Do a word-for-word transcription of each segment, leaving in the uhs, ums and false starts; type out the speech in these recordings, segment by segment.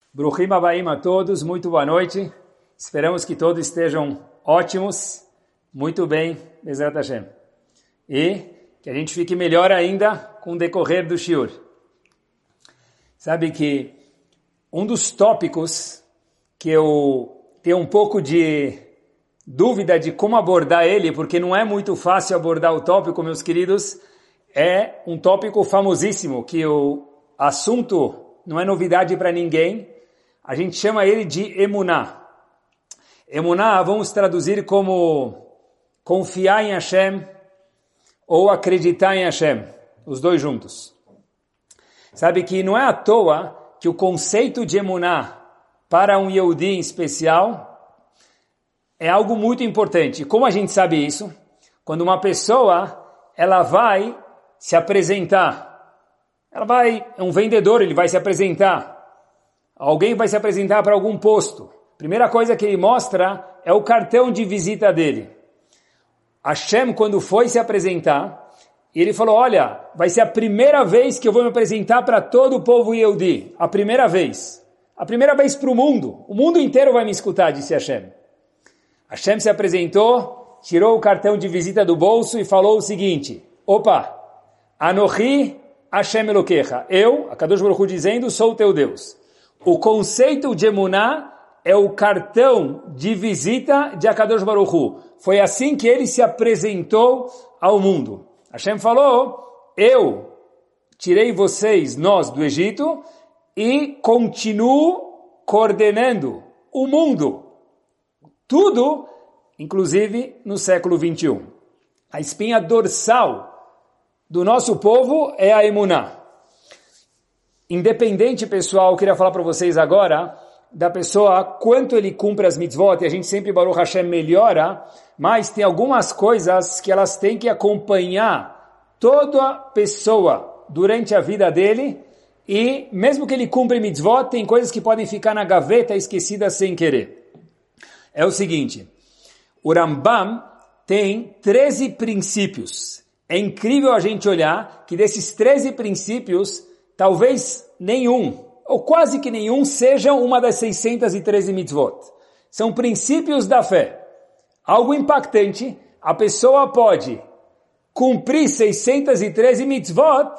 Bruhim Abaim a todos, muito boa noite. Esperamos que todos estejam ótimos, muito bem, Bezerra Hashem. E que a gente fique melhor ainda com o decorrer do shiur. Sabe que um dos tópicos que eu tenho um pouco de dúvida de como abordar ele, porque não é muito fácil abordar o tópico, meus queridos, é um tópico famosíssimo, que o assunto não é novidade para ninguém. A gente chama ele de emuná. Emuná vamos traduzir como confiar em Hashem ou acreditar em Hashem, os dois juntos. Sabe que não é à toa que o conceito de emuná para um Yehudi em especial é algo muito importante. Como a gente sabe isso? Quando uma pessoa ela vai se apresentar, ela vai, é um vendedor, ele vai se apresentar. Alguém vai se apresentar para algum posto. Primeira coisa que ele mostra é o cartão de visita dele. Hashem, quando foi se apresentar, ele falou, olha, vai ser a primeira vez que eu vou me apresentar para todo o povo Yehudi. A primeira vez. A primeira vez para o mundo. O mundo inteiro vai me escutar, disse Hashem. Hashem se apresentou, tirou o cartão de visita do bolso e falou o seguinte, opa, Anochi Hashem Elokecha. Eu, a Kadosh Baruch Hu dizendo, sou o teu Deus. O conceito de emuná é o cartão de visita de Akadosh Baruch Hu. Foi assim que ele se apresentou ao mundo. Hashem falou, eu tirei vocês, nós, do Egito, e continuo coordenando o mundo. Tudo, inclusive no século vinte e um. A espinha dorsal do nosso povo é a emuná. Independente, pessoal, eu queria falar para vocês agora da pessoa, quanto ele cumpre as mitzvot, e a gente sempre, Baruch Hashem, melhora, mas tem algumas coisas que elas têm que acompanhar toda pessoa durante a vida dele, e mesmo que ele cumpra mitzvot, tem coisas que podem ficar na gaveta esquecidas sem querer. É o seguinte, o Rambam tem treze princípios. É incrível a gente olhar que desses treze princípios, talvez nenhum, ou quase que nenhum, sejam uma das seiscentas e treze mitzvot. São princípios da fé. Algo impactante, a pessoa pode cumprir seiscentas e treze mitzvot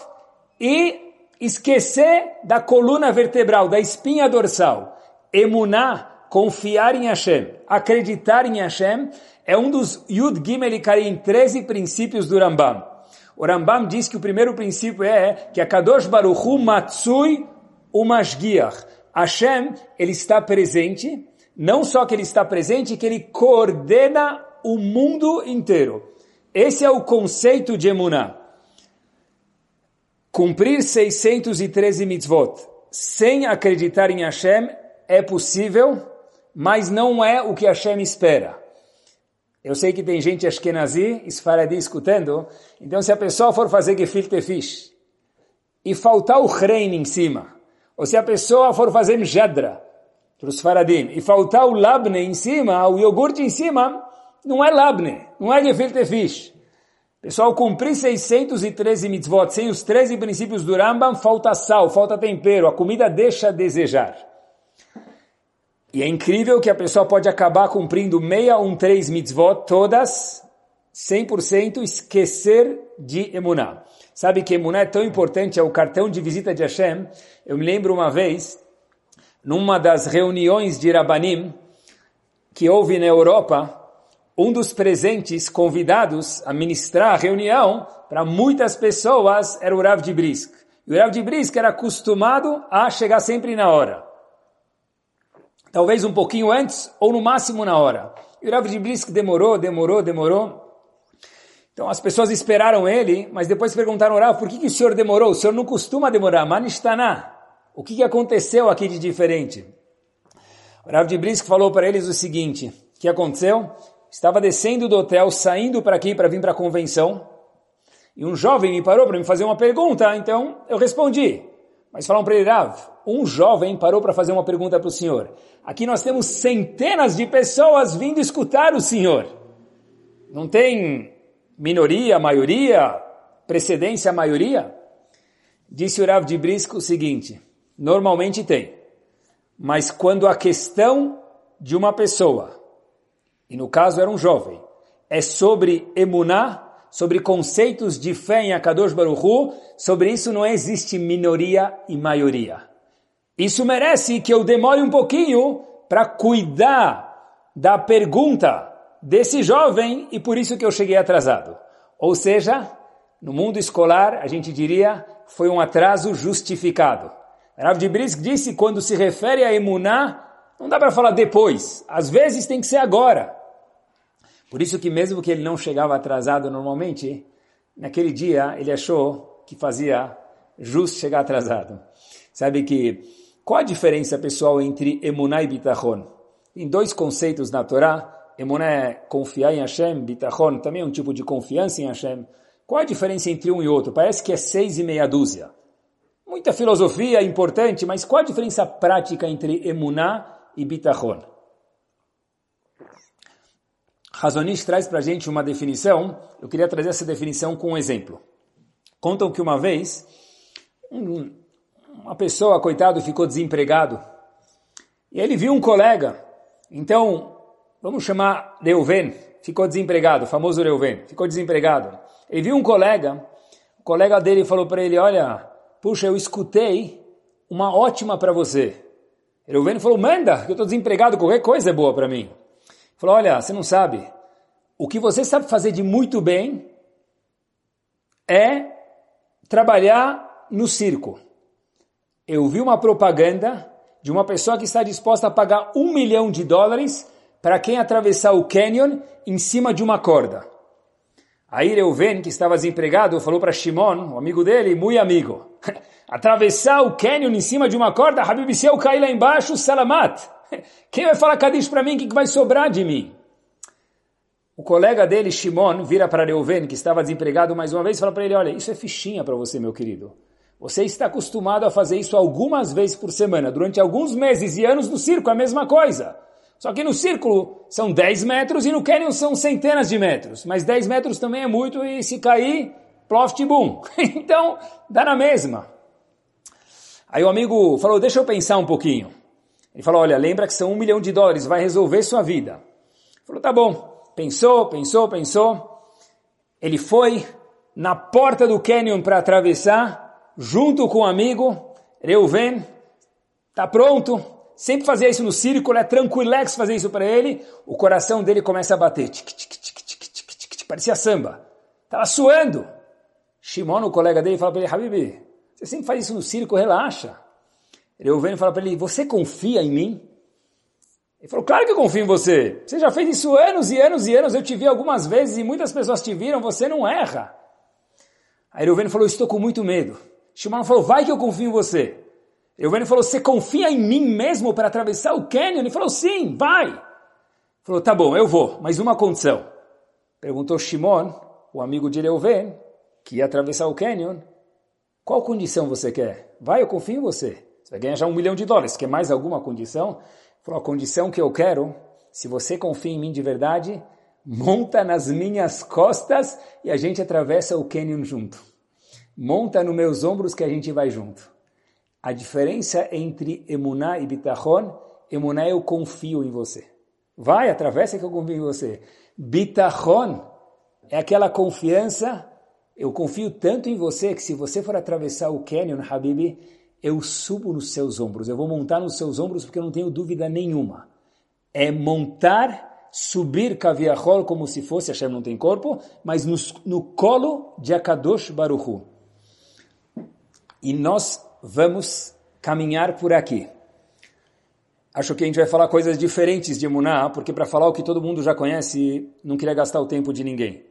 e esquecer da coluna vertebral, da espinha dorsal. Emuná, confiar em Hashem, acreditar em Hashem, é um dos Yud Gimel Karim, treze princípios do Rambam. O Rambam diz que o primeiro princípio é que a Kadosh Baruch Hu Matsui Umashgiach. Hashem, ele está presente, não só que ele está presente, que ele coordena o mundo inteiro. Esse é o conceito de emuná. Cumprir seiscentas e treze mitzvot sem acreditar em Hashem é possível, mas não é o que Hashem espera. Eu sei que tem gente ashkenazi, esfaradi escutando, então se a pessoa for fazer gefilte fish e faltar o rein em cima, ou se a pessoa for fazer mjedra para os faradim e faltar o labne em cima, o iogurte em cima, não é labne, não é gefilte fish. Pessoal, cumprir seiscentas e treze mitzvot sem os treze princípios do Rambam, falta sal, falta tempero, a comida deixa a desejar. E é incrível que a pessoa pode acabar cumprindo seiscentos e treze mitzvot, todas, cem por cento, esquecer de emuná. Sabe que emuná é tão importante, é o cartão de visita de Hashem. Eu me lembro uma vez, numa das reuniões de Rabanim, que houve na Europa, um dos presentes convidados a ministrar a reunião para muitas pessoas era o Rav de Brisk. E o Rav de Brisk era acostumado a chegar sempre na hora. Talvez um pouquinho antes, ou no máximo na hora. E o Rav de Brisk demorou, demorou, demorou. Então as pessoas esperaram ele, mas depois perguntaram, Rav, por que, que o senhor demorou? O senhor não costuma demorar, Manishtaná. O que, que aconteceu aqui de diferente? O Rav de Brisk falou para eles o seguinte, o que aconteceu? Estava descendo do hotel, saindo para aqui para vir para a convenção, e um jovem me parou para me fazer uma pergunta, então eu respondi. Mas falaram para ele, Rav, um jovem parou para fazer uma pergunta para o senhor. Aqui nós temos centenas de pessoas vindo escutar o senhor. Não tem minoria, maioria, precedência, maioria? Disse o Rav de Brisk o seguinte, normalmente tem. Mas quando a questão de uma pessoa, e no caso era um jovem, é sobre emuná, sobre conceitos de fé em Akadosh Baruch Hu, sobre isso não existe minoria e maioria. Isso merece que eu demore um pouquinho para cuidar da pergunta desse jovem e por isso que eu cheguei atrasado. Ou seja, no mundo escolar, a gente diria, foi um atraso justificado. Rav de Brisk disse, quando se refere a emuná, não dá para falar depois. Às vezes tem que ser agora. Por isso que mesmo que ele não chegava atrasado normalmente, naquele dia ele achou que fazia justo chegar atrasado. Sabe que, qual a diferença, pessoal, entre emuná e bitachon? Tem dois conceitos na Torá. Emuná é confiar em Hashem, bitachon também é um tipo de confiança em Hashem. Qual a diferença entre um e outro? Parece que é seis e meia dúzia. Muita filosofia importante, mas qual a diferença prática entre emuná e bitachon? Hazonish traz para a gente uma definição. Eu queria trazer essa definição com um exemplo. Contam que uma vez, um, uma pessoa, coitado, ficou desempregado. E ele viu um colega. Então, vamos chamar Reuven, ficou desempregado, o famoso Reuven, ficou desempregado. Ele viu um colega, o colega dele falou para ele, olha, puxa, eu escutei uma ótima para você. Reuven falou, manda, que eu estou desempregado, qualquer coisa é boa para mim. Falou, olha, você não sabe, o que você sabe fazer de muito bem é trabalhar no circo. Eu vi uma propaganda de uma pessoa que está disposta a pagar um milhão de dólares para quem atravessar o canyon em cima de uma corda. Aí Reuven, que estava desempregado, falou para Shimon, o amigo dele, muito amigo, atravessar o canyon em cima de uma corda, Habib, se eu cair lá embaixo, salamat. Quem vai falar Kadish para mim, o que vai sobrar de mim? O colega dele, Shimon, vira para Reuven, que estava desempregado mais uma vez, e fala para ele, olha, isso é fichinha para você, meu querido. Você está acostumado a fazer isso algumas vezes por semana, durante alguns meses e anos no circo, a mesma coisa. Só que no círculo são dez metros e no canyon são centenas de metros. Mas dez metros também é muito e se cair, ploft boom. Então, dá na mesma. Aí o amigo falou, deixa eu pensar um pouquinho. Ele falou, olha, lembra que são um milhão de dólares, vai resolver sua vida. Ele falou, tá bom. Pensou, pensou, pensou. Ele foi na porta do canyon para atravessar, junto com o amigo, Reuven, tá pronto. Sempre fazia isso no círculo, é tranquilex fazer isso para ele. O coração dele começa a bater. Tic, tic, tic, tic, tic, tic, tic, parecia samba. Estava suando. Shimon, o colega dele, fala para ele, Habibi, você sempre faz isso no circo, relaxa. Reuven fala para ele, você confia em mim? Ele falou, claro que eu confio em você. Você já fez isso anos e anos e anos. Eu te vi algumas vezes e muitas pessoas te viram. Você não erra. Aí Reuven falou, estou com muito medo. Shimon falou, vai que eu confio em você. Reuven falou, você confia em mim mesmo para atravessar o canyon? Ele falou, sim, vai. Ele falou, tá bom, eu vou, mas uma condição. Perguntou Shimon, o amigo de Reuven, que ia atravessar o canyon, qual condição você quer? Vai, eu confio em você. Você vai ganhar já um milhão de dólares. Quer mais alguma condição? Ele falou, a condição que eu quero, se você confia em mim de verdade, monta nas minhas costas e a gente atravessa o canyon junto. Monta nos meus ombros que a gente vai junto. A diferença entre emuná e bitachon, emuná eu confio em você. Vai, atravessa que eu confio em você. Bitachon é aquela confiança, eu confio tanto em você que se você for atravessar o canyon, Habibi, eu subo nos seus ombros, eu vou montar nos seus ombros porque eu não tenho dúvida nenhuma. É montar, subir kaviachol como se fosse, Hashem não tem corpo, mas no, no colo de Akadosh Baruch Hu. E nós vamos caminhar por aqui. Acho que a gente vai falar coisas diferentes de emuná, porque para falar o que todo mundo já conhece, não queria gastar o tempo de ninguém.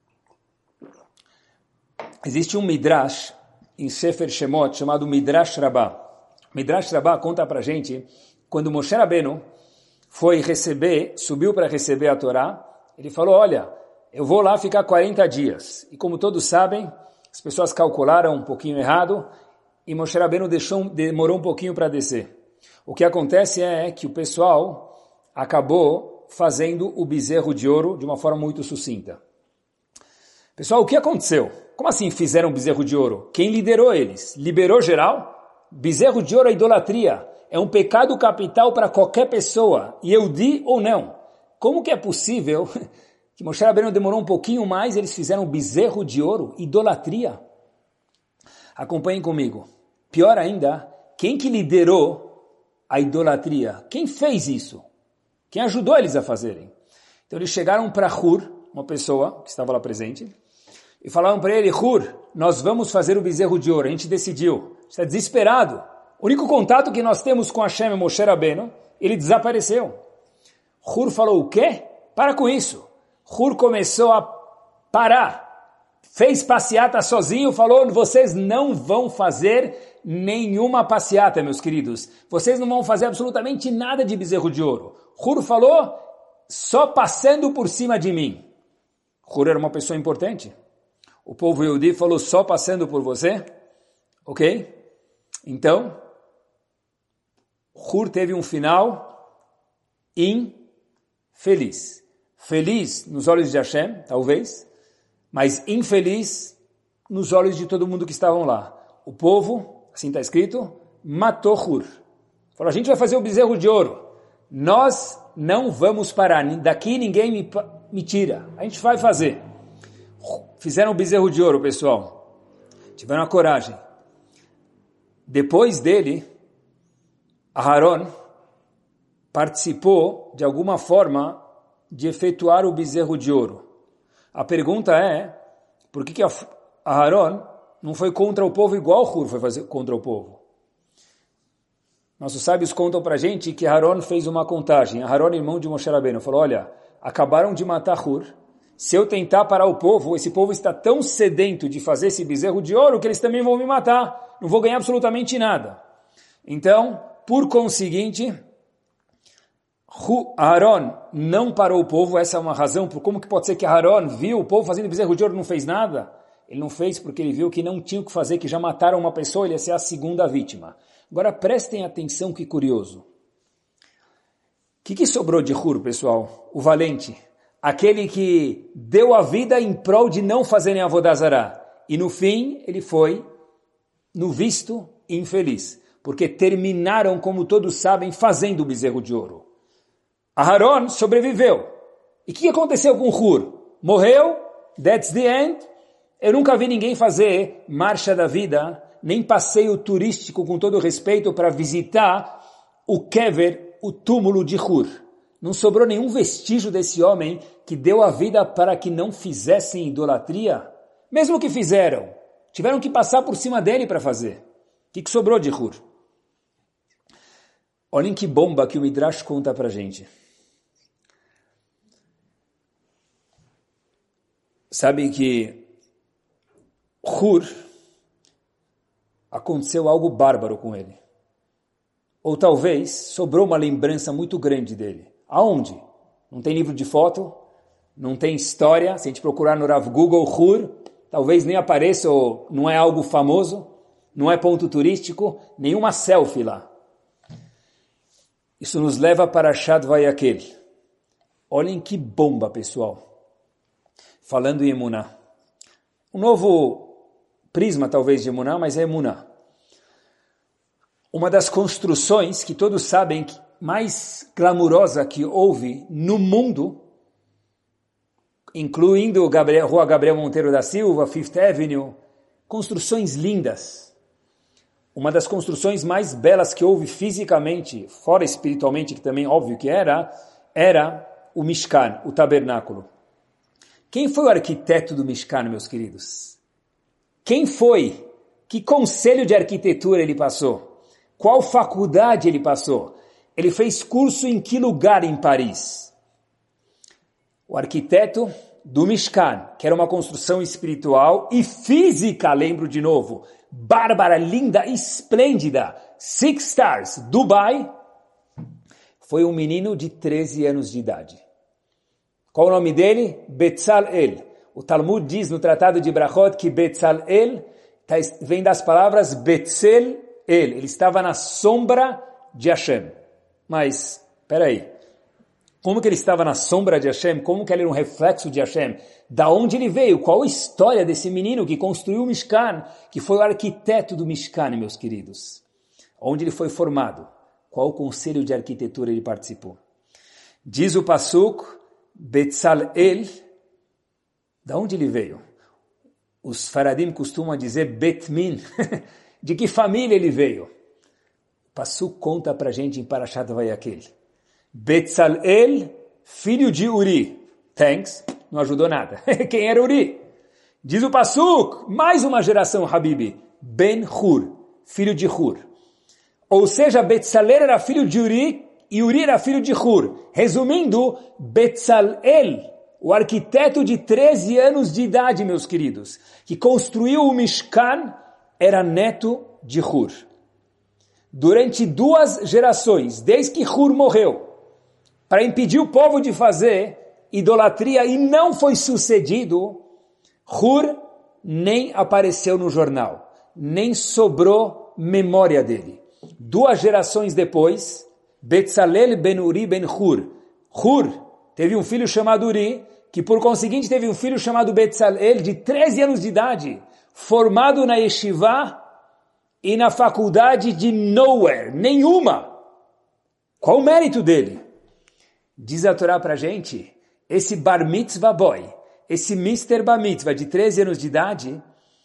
Existe um Midrash em Sefer Shemot chamado Midrash Rabbah. Midrash Rabbah conta para a gente, quando Moshe Rabbeinu foi receber, subiu para receber a Torá, ele falou, olha, eu vou lá ficar quarenta dias. E como todos sabem, as pessoas calcularam um pouquinho errado, e Moshe Rabbeinu deixou, demorou um pouquinho para descer. O que acontece é que o pessoal acabou fazendo o bezerro de ouro de uma forma muito sucinta. Pessoal, o que aconteceu? Como assim fizeram bezerro de ouro? Quem liderou eles? Liberou geral? Bezerro de ouro é idolatria. é um pecado capital para qualquer pessoa, Yehudi ou não. Como que é possível que Moshe Rabbeinu demorou um pouquinho mais, eles fizeram um bezerro de ouro, idolatria? Acompanhem comigo. Pior ainda, quem que liderou a idolatria? Quem fez isso? Quem ajudou eles a fazerem? Então eles chegaram para Hur, uma pessoa que estava lá presente, e falaram para ele, Hur, nós vamos fazer o bezerro de ouro, a gente decidiu, está desesperado. O único contato que nós temos com Hashem é Moshe Rabbeinu, ele desapareceu. Hur falou, o quê? Para com isso. Hur começou a parar, fez passeata sozinho, falou, vocês não vão fazer nenhuma passeata, meus queridos. Vocês não vão fazer absolutamente nada de bezerro de ouro. Hur falou, só passando por cima de mim. Hur era uma pessoa importante. O povo Yehudi falou, só passando por você? Ok? Então, Hur teve um final infeliz. Feliz nos olhos de Hashem, talvez, mas infeliz nos olhos de todo mundo que estavam lá. O povo, assim está escrito, matou Hur. Falou, a gente vai fazer o bezerro de ouro. Nós não vamos parar. Daqui ninguém me, me tira. A gente vai fazer. Fizeram o bezerro de ouro, pessoal. Tiveram a coragem. Depois dele, Aharon participou, de alguma forma, de efetuar o bezerro de ouro. A pergunta é, por que que Aharon não foi contra o povo igual Hur foi fazer contra o povo? Nossos sábios contam para a gente que Aharon fez uma contagem. Aharon, irmão de Moshe Rabbeinu, falou, olha, acabaram de matar Hur. Se eu tentar parar o povo, esse povo está tão sedento de fazer esse bezerro de ouro que eles também vão me matar. Não vou ganhar absolutamente nada. Então, por conseguinte, Aharon não parou o povo. Essa é uma razão por como que pode ser que Aharon viu o povo fazendo bezerro de ouro e não fez nada. Ele não fez porque ele viu que não tinha o que fazer, que já mataram uma pessoa, ele ia ser a segunda vítima. Agora prestem atenção, que curioso. O que, que sobrou de Hur, pessoal? O valente. Aquele que deu a vida em prol de não fazerem Avodah Zarah. E no fim, ele foi, no visto, infeliz. Porque terminaram, como todos sabem, fazendo o bezerro de ouro. Aharon sobreviveu. E o que aconteceu com Hur? Morreu? That's the end? Eu nunca vi ninguém fazer marcha da vida, nem passeio turístico, com todo respeito, para visitar o Kever, o túmulo de Hur. Não sobrou nenhum vestígio desse homem que deu a vida para que não fizessem idolatria. Mesmo que fizeram, tiveram que passar por cima dele para fazer. O que, que sobrou de Hur? Olhem que bomba que o Midrash conta para a gente. Sabe que Hur, aconteceu algo bárbaro com ele. Ou talvez sobrou uma lembrança muito grande dele. Aonde? Não tem livro de foto, não tem história. Se a gente procurar no Rav Google, Hur, talvez nem apareça, ou não é algo famoso, não é ponto turístico, nenhuma selfie lá. Isso nos leva para Shad Vayakel. Olhem que bomba, pessoal. Falando em Emuná. Um novo prisma, talvez, de Emuná, mas é Emuná. Uma das construções que todos sabem que mais glamurosa que houve no mundo, incluindo Gabriel, Rua Gabriel Monteiro da Silva, Fifth Avenue, construções lindas. Uma das construções mais belas que houve fisicamente, fora espiritualmente, que também óbvio que era, era o Mishkan, o tabernáculo. Quem foi o arquiteto do Mishkan, meus queridos? Quem foi? Que conselho de arquitetura ele passou? Qual faculdade ele passou? Ele fez curso em que lugar em Paris? O arquiteto do Mishkan, que era uma construção espiritual e física, lembro de novo, bárbara, linda, esplêndida, Six Stars, Dubai, foi um menino de treze anos de idade. Qual o nome dele? Betzalel. O Talmud diz no Tratado de Brachot que Betzalel vem das palavras Betzel El. Ele estava na sombra de Hashem. Mas, peraí, como que ele estava na sombra de Hashem? Como que ele era um reflexo de Hashem? Da onde ele veio? Qual a história desse menino que construiu o Mishkan, que foi o arquiteto do Mishkan, meus queridos? Onde ele foi formado? Qual conselho de arquitetura ele participou? Diz o Pasuk, Betzalel, da onde ele veio? Os faradim costumam dizer Betmin, de que família ele veio? O Pasuk conta para a gente em Parashat Vayakhel. Betzalel, filho de Uri. Thanks, não ajudou nada. Quem era Uri? Diz o Pasuk, mais uma geração, Habibi, Ben Hur, filho de Hur. Ou seja, Betzalel era filho de Uri e Uri era filho de Hur. Resumindo, Betzalel, o arquiteto de treze anos de idade, meus queridos, que construiu o Mishkan, era neto de Hur. Durante duas gerações, desde que Hur morreu, para impedir o povo de fazer idolatria e não foi sucedido, Hur nem apareceu no jornal, nem sobrou memória dele. Duas gerações depois, Betzalel ben Uri ben Hur. Hur teve um filho chamado Uri, que por conseguinte teve um filho chamado Betzalel, de treze anos de idade, formado na yeshiva e na faculdade de nowhere, nenhuma. Qual o mérito dele? Diz a Torá pra gente, esse bar mitzvah boy, esse mister Bar Mitzvah de treze anos de idade,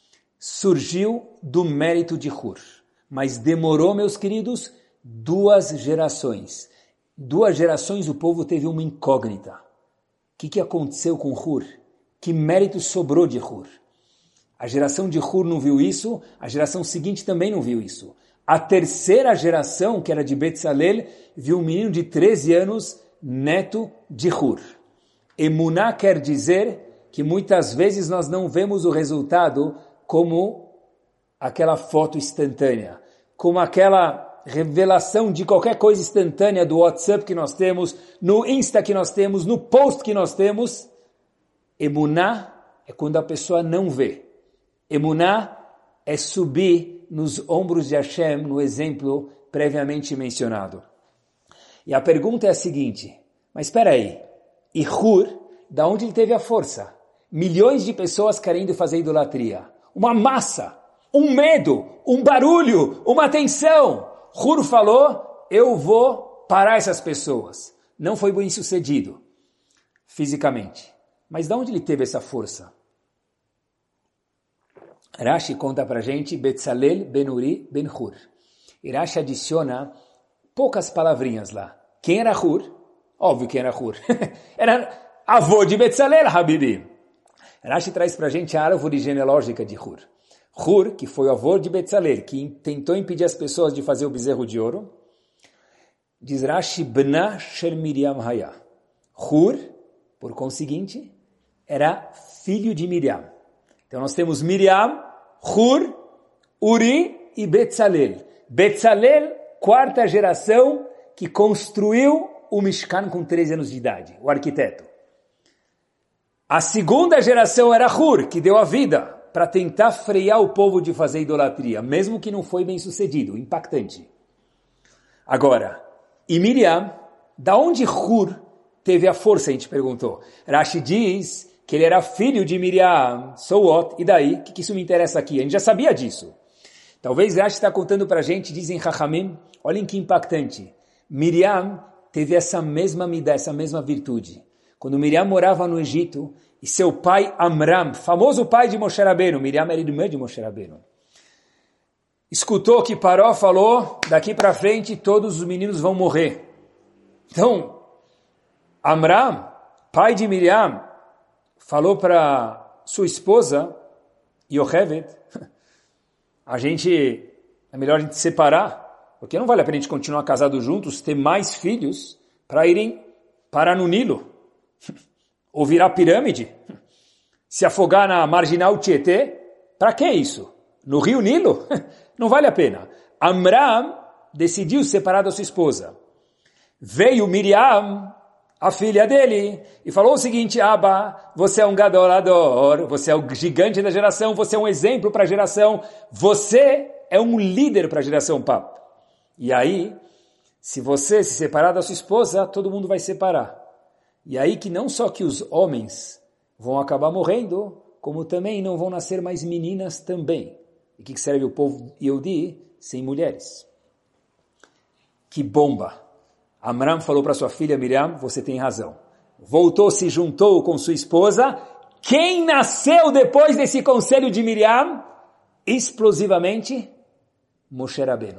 surgiu do mérito de Hur. Mas demorou, meus queridos, duas gerações. Duas gerações o povo teve uma incógnita. O que, que aconteceu com Hur? Que mérito sobrou de Hur? A geração de Hur não viu isso, a geração seguinte também não viu isso. A terceira geração, que era de Betzalel, viu um menino de treze anos, neto de Hur. Emuná quer dizer que muitas vezes nós não vemos o resultado como aquela foto instantânea, como aquela revelação de qualquer coisa instantânea do WhatsApp que nós temos, no Insta que nós temos, no post que nós temos. Emuná é quando a pessoa não vê. Emuná é subir nos ombros de Hashem, no exemplo previamente mencionado. E a pergunta é a seguinte, mas espera aí, e Hur, da onde ele teve a força? Milhões de pessoas querendo fazer idolatria. Uma massa, um medo, um barulho, uma tensão. Hur falou, eu vou parar essas pessoas. Não foi bem sucedido, fisicamente. Mas de onde ele teve essa força? Rashi conta pra gente, Betzalel ben Uri ben Hur. E Rashi adiciona poucas palavrinhas lá. Quem era Hur? Óbvio que era Hur. Era avô de Betzalel, Habibi. Rashi traz pra gente a árvore genealógica de Hur. Hur, que foi o avô de Betzalel, que tentou impedir as pessoas de fazer o bezerro de ouro, diz Rashi, Bna shel Miriam haya. Hur, por conseguinte, era filho de Miriam. Então nós temos Miriam, Hur, Uri e Betzalel. Betzalel, quarta geração, que construiu o Mishkan com treze anos de idade, o arquiteto. A segunda geração era Hur, que deu a vida para tentar frear o povo de fazer idolatria, mesmo que não foi bem sucedido, impactante. Agora, e Miriam, da onde Hur teve a força, a gente perguntou. Rashi diz que ele era filho de Miriam, so what? E daí? O que, que isso me interessa aqui? A gente já sabia disso. Talvez Rashi está contando para a gente, dizem Chachamim, olhem que impactante. Miriam teve essa mesma midá, essa mesma virtude. Quando Miriam morava no Egito, e seu pai Amram, famoso pai de Moshe Rabbeinu, Miriam era irmã de Moshe Rabbeinu, escutou que Paró falou, daqui para frente todos os meninos vão morrer. Então, Amram, pai de Miriam, falou para sua esposa, Yocheved, a gente, é melhor a gente separar, porque não vale a pena a gente continuar casados juntos, ter mais filhos, para irem parar no Nilo. Ou virar pirâmide, se afogar na marginal Tietê, para que isso? No rio Nilo? Não vale a pena. Amram decidiu separar da sua esposa. Veio Miriam, a filha dele, e falou o seguinte, Abba, você é um gadolador, você é o gigante da geração, você é um exemplo para a geração, você é um líder para a geração Pap. E aí, se você se separar da sua esposa, todo mundo vai separar. E aí que não só que os homens vão acabar morrendo, como também não vão nascer mais meninas também. E que serve o povo Yehudi sem mulheres? que bomba. Amram falou para sua filha Miriam, você tem razão. Voltou, se juntou com sua esposa. Quem nasceu depois desse conselho de Miriam? Explosivamente, Moshe Rabbeinu.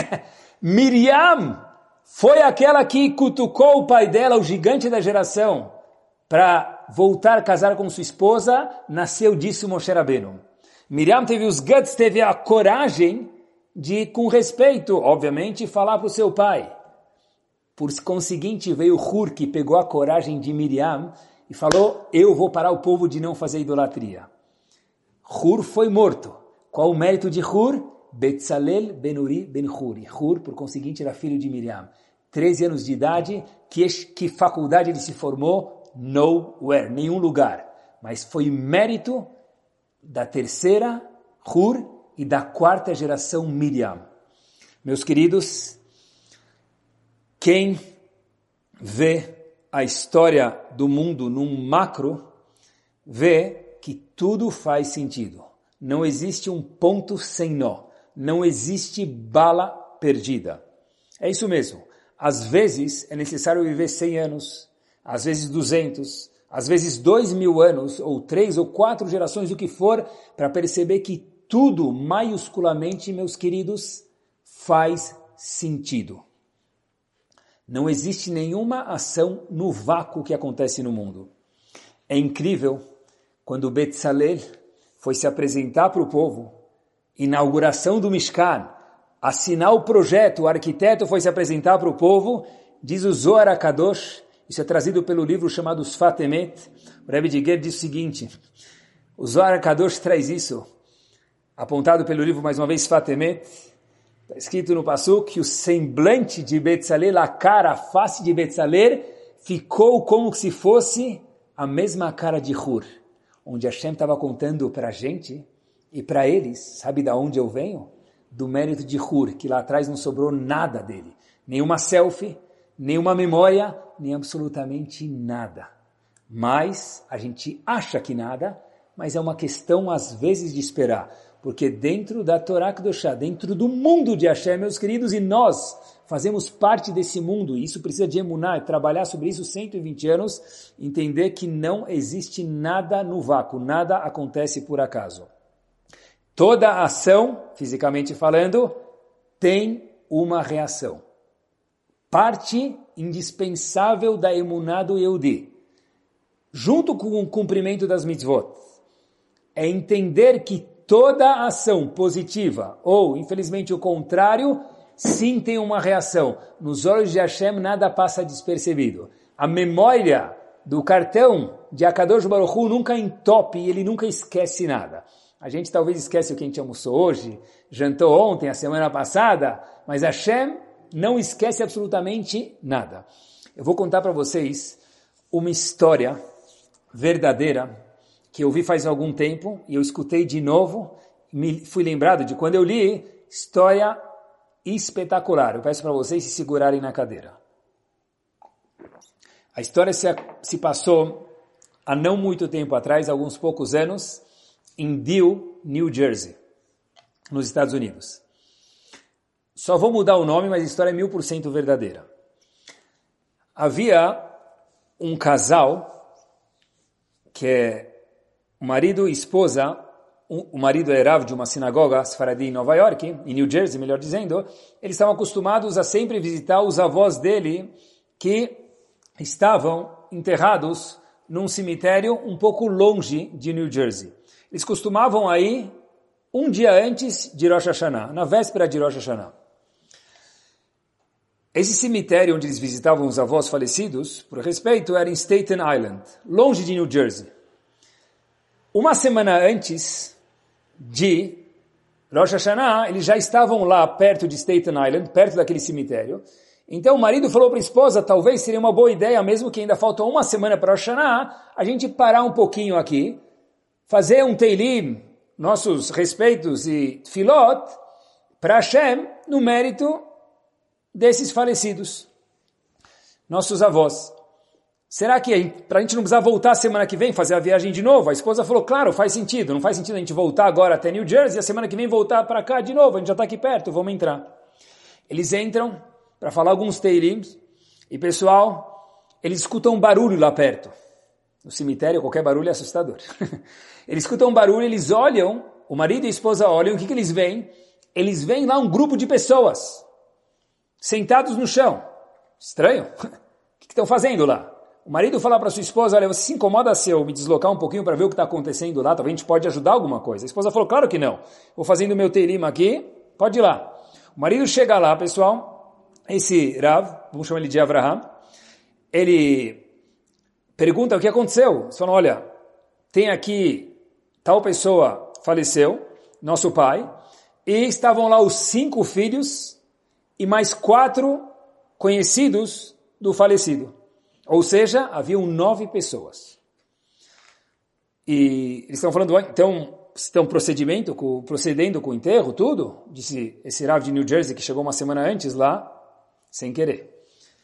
Miriam foi aquela que cutucou o pai dela, o gigante da geração, para voltar a casar com sua esposa. Nasceu disso Moshe Rabbeinu. Miriam teve os guts, teve a coragem de, com respeito, obviamente, falar para o seu pai. Por conseguinte, veio Hur, que pegou a coragem de Miriam e falou, eu vou parar o povo de não fazer idolatria. Hur foi morto. Qual o mérito de Hur? Betzalel ben Uri ben Huri. Hur, por conseguinte, era filho de Miriam. treze anos de idade, que, que faculdade ele se formou? Nowhere, nenhum lugar. Mas foi mérito da terceira, Hur, e da quarta geração, Miriam. Meus queridos, quem vê a história do mundo num macro, vê que tudo faz sentido. Não existe um ponto sem nó. Não existe bala perdida. É isso mesmo. Às vezes é necessário viver cem anos, às vezes duzentos, às vezes dois mil anos, ou três ou quatro gerações, o que for, para perceber que tudo, maiusculamente, meus queridos, faz sentido. Não existe nenhuma ação no vácuo que acontece no mundo. É incrível, quando Betzalel foi se apresentar para o povo, inauguração do Mishkan, assinar o projeto, o arquiteto foi se apresentar para o povo, diz o Zohar HaKadosh, isso é trazido pelo livro chamado Sfat Emet, o Rebbe de Ger diz o seguinte, o Zohar HaKadosh traz isso, apontado pelo livro, mais uma vez, Sfat Emet, está escrito no Passuk que o semblante de Betzalel, a cara, a face de Betzalel, ficou como se fosse a mesma cara de Hur, onde Hashem estava contando para a gente e para eles, sabe de onde eu venho? Do mérito de Hur, que lá atrás não sobrou nada dele. Nenhuma selfie, nenhuma memória, nem absolutamente nada. Mas a gente acha que nada, mas é uma questão às vezes de esperar. Porque dentro da Torá Kedoshá, dentro do mundo de Hashem, meus queridos, e nós fazemos parte desse mundo, e isso precisa de emuná, e trabalhar sobre isso cento e vinte anos, entender que não existe nada no vácuo, nada acontece por acaso. Toda ação, fisicamente falando, tem uma reação. Parte indispensável da emuná do Yehudi, junto com o cumprimento das mitzvot, é entender que toda ação positiva, ou, infelizmente, o contrário, sim tem uma reação. Nos olhos de Hashem, nada passa despercebido. A memória do cartão de Akadosh Baruch Hu nunca entope e ele nunca esquece nada. A gente talvez esquece o que a gente almoçou hoje, jantou ontem, a semana passada, mas Hashem não esquece absolutamente nada. Eu vou contar para vocês uma história verdadeira que eu vi faz algum tempo e eu escutei de novo, me fui lembrado de quando eu li, história espetacular. Eu peço para vocês se segurarem na cadeira. A história se, se passou há não muito tempo atrás, alguns poucos anos, em Deal, New Jersey, nos Estados Unidos. Só vou mudar o nome, mas a história é mil por cento verdadeira. Havia um casal que é o marido e esposa, o marido era Rav de uma sinagoga Sfaradi em Nova York, em New Jersey, melhor dizendo, eles estavam acostumados a sempre visitar os avós dele que estavam enterrados num cemitério um pouco longe de New Jersey. Eles costumavam aí um dia antes de Rosh Hashanah, na véspera de Rosh Hashanah. Esse cemitério onde eles visitavam os avós falecidos, por respeito, era em Staten Island, longe de New Jersey. Uma semana antes de Rosh Hashanah, eles já estavam lá perto de Staten Island, perto daquele cemitério. Então o marido falou para a esposa, talvez seria uma boa ideia, mesmo que ainda falta uma semana para Rosh Hashanah, a gente parar um pouquinho aqui, fazer um teilim, nossos respeitos e tfilot, para Hashem, no mérito desses falecidos, nossos avós. Será que para a gente não precisar voltar semana que vem, fazer a viagem de novo? A esposa falou, claro, faz sentido, não faz sentido a gente voltar agora até New Jersey, a semana que vem voltar para cá de novo, a gente já está aqui perto, vamos entrar. Eles entram para falar alguns teilim. E pessoal, eles escutam um barulho lá perto. No cemitério, qualquer barulho é assustador. Eles escutam um barulho, eles olham, o marido e a esposa olham, o que, que eles veem? Eles veem lá um grupo de pessoas, sentados no chão. Estranho. O que, que estão fazendo lá? O marido fala para sua esposa, olha, você se incomoda se eu me deslocar um pouquinho para ver o que está acontecendo lá? Talvez a gente pode ajudar alguma coisa. A esposa falou, claro que não. Vou fazendo o meu teilim aqui, pode ir lá. O marido chega lá, pessoal, esse Rav, vamos chamar ele de Avraham, ele pergunta o que aconteceu. Eles falam, olha, tem aqui tal pessoa faleceu, nosso pai, e estavam lá os cinco filhos e mais quatro conhecidos do falecido. Ou seja, haviam nove pessoas. E eles estão falando, então, estão procedimento, com, procedendo com o enterro, tudo? Disse esse Rav de New Jersey, que chegou uma semana antes lá, sem querer.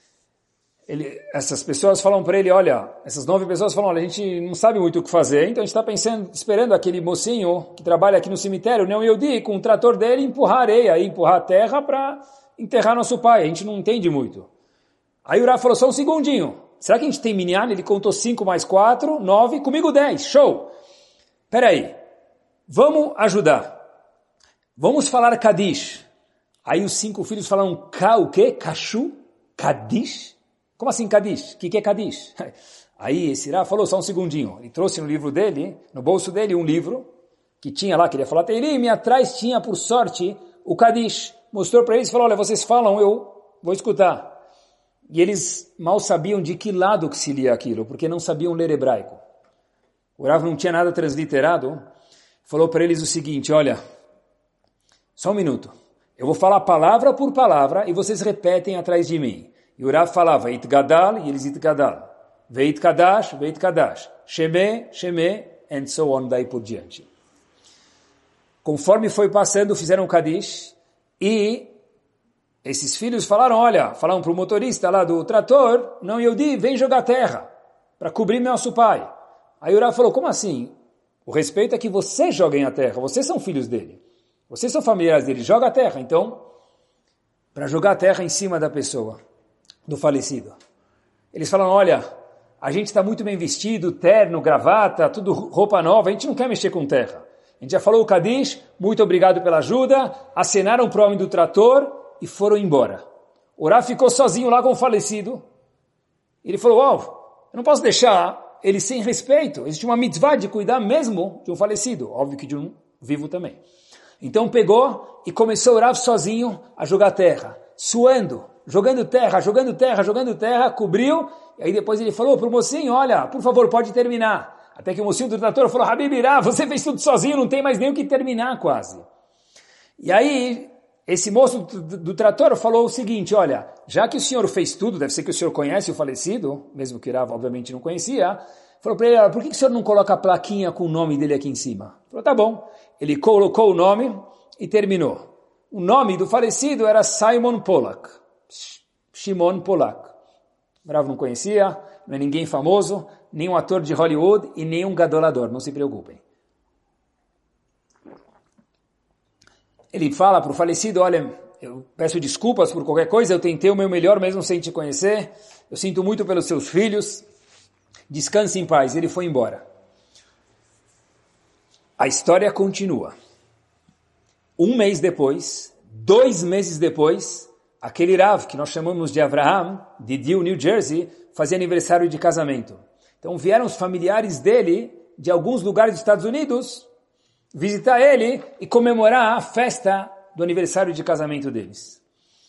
Ele, essas pessoas falam para ele, olha, essas nove pessoas falam, olha, a gente não sabe muito o que fazer, então a gente está pensando, esperando aquele mocinho que trabalha aqui no cemitério, não eu digo, com o trator dele, empurrar areia, empurrar a terra para enterrar nosso pai, a gente não entende muito. Aí o Rav falou, só um segundinho, será que a gente tem minyan? Ele contou cinco mais quatro, nove, comigo dez, show! Peraí, vamos ajudar, vamos falar Kadish. Aí os cinco filhos falaram, Ka, o quê? Kashu? Kadish? Como assim Kadish? O que, que é Kadish? Aí esse Rav falou, só um segundinho. Ele trouxe no livro dele, no bolso dele, um livro que tinha lá, queria falar Teilim, e atrás tinha, por sorte, o Kadish. Mostrou para eles e falou, olha, vocês falam, eu vou escutar. E eles mal sabiam de que lado que se lia aquilo, porque não sabiam ler hebraico. O Rav não tinha nada transliterado. Falou para eles o seguinte, olha, só um minuto. Eu vou falar palavra por palavra e vocês repetem atrás de mim. E o Rav falava, Itgadal, e eles Itgadal. Veit Kadash, Veit Kadash. Sheme, Sheme, and so on, daí por diante. Conforme foi passando, fizeram o Kadish, e esses filhos falaram, olha, falaram para o motorista lá do trator, não, Yehudi, vem jogar terra, para cobrir nosso pai. Aí o Rav falou, como assim? O respeito é que vocês joguem a terra, vocês são filhos dele. Vocês são familiares dele, joga a terra, então, para jogar a terra em cima da pessoa, do falecido. Eles falam, olha, a gente está muito bem vestido, terno, gravata, tudo roupa nova, a gente não quer mexer com terra. A gente já falou o Kadish, muito obrigado pela ajuda, acenaram para o homem do trator e foram embora. O Rav ficou sozinho lá com o falecido. Ele falou, uau, eu não posso deixar ele sem respeito. Existe uma mitzvah de cuidar mesmo de um falecido, óbvio que de um vivo também. Então pegou e começou o Rav sozinho a jogar terra, suando, jogando terra, jogando terra, jogando terra, cobriu, e aí depois ele falou para o mocinho, olha, por favor, pode terminar. Até que o mocinho do trator falou, Habib Rav, você fez tudo sozinho, não tem mais nem o que terminar quase. E aí, esse moço do, do trator falou o seguinte, olha, já que o senhor fez tudo, deve ser que o senhor conhece o falecido, mesmo que Rav obviamente não conhecia, falou para ele, olha, por que, que o senhor não coloca a plaquinha com o nome dele aqui em cima? Falou, tá bom. Ele colocou o nome e terminou. O nome do falecido era Simon Pollack. Shimon Pollack. O Rav não conhecia, não é ninguém famoso, nem um ator de Hollywood e nem um gadolador, não se preocupem. Ele fala para o falecido, olha, eu peço desculpas por qualquer coisa, eu tentei o meu melhor mesmo sem te conhecer, eu sinto muito pelos seus filhos, descanse em paz. Ele foi embora. A história continua. Um mês depois, dois meses depois, aquele Rav, que nós chamamos de Avraham, de Deal, New Jersey, fazia aniversário de casamento. Então vieram os familiares dele, de alguns lugares dos Estados Unidos, visitar ele e comemorar a festa do aniversário de casamento deles.